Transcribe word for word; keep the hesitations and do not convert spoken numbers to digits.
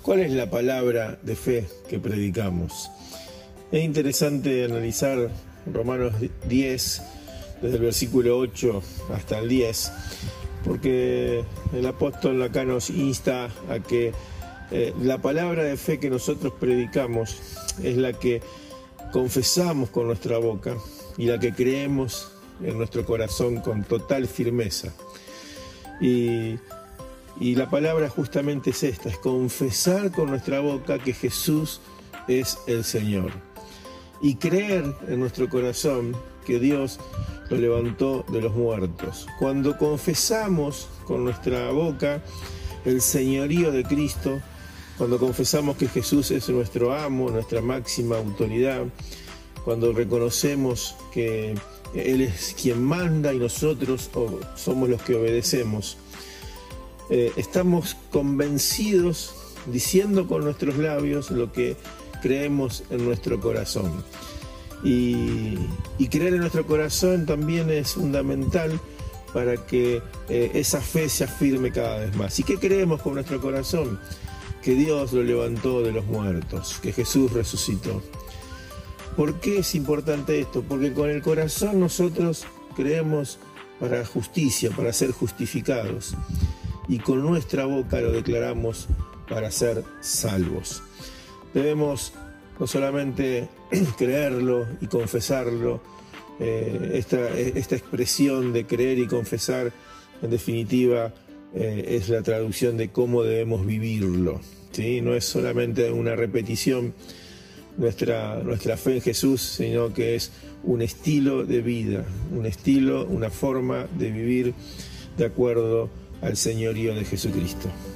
¿Cuál es la palabra de fe que predicamos? Es interesante analizar Romanos diez, desde el versículo ocho hasta el diez, porque el apóstol acá nos insta a que eh, la palabra de fe que nosotros predicamos es la que confesamos con nuestra boca y la que creemos en nuestro corazón con total firmeza. Y, y la palabra justamente es esta, es confesar con nuestra boca que Jesús es el Señor y creer en nuestro corazón que Dios lo levantó de los muertos. Cuando confesamos con nuestra boca el señorío de Cristo, cuando confesamos que Jesús es nuestro amo, nuestra máxima autoridad, cuando reconocemos que Él es quien manda y nosotros somos los que obedecemos, eh, estamos convencidos, diciendo con nuestros labios lo que creemos en nuestro corazón. Y, y creer en nuestro corazón también es fundamental para que eh, esa fe se afirme cada vez más. ¿Y qué creemos con nuestro corazón? Que Dios lo levantó de los muertos, que Jesús resucitó. ¿Por qué es importante esto? Porque con el corazón nosotros creemos para justicia, para ser justificados, y con nuestra boca lo declaramos para ser salvos. Debemos no solamente creerlo y confesarlo, eh, esta, esta expresión de creer y confesar, en definitiva, eh, es la traducción de cómo debemos vivirlo, ¿sí? No es solamente una repetición nuestra, nuestra fe en Jesús, sino que es un estilo de vida, un estilo, una forma de vivir de acuerdo al señorío de Jesucristo.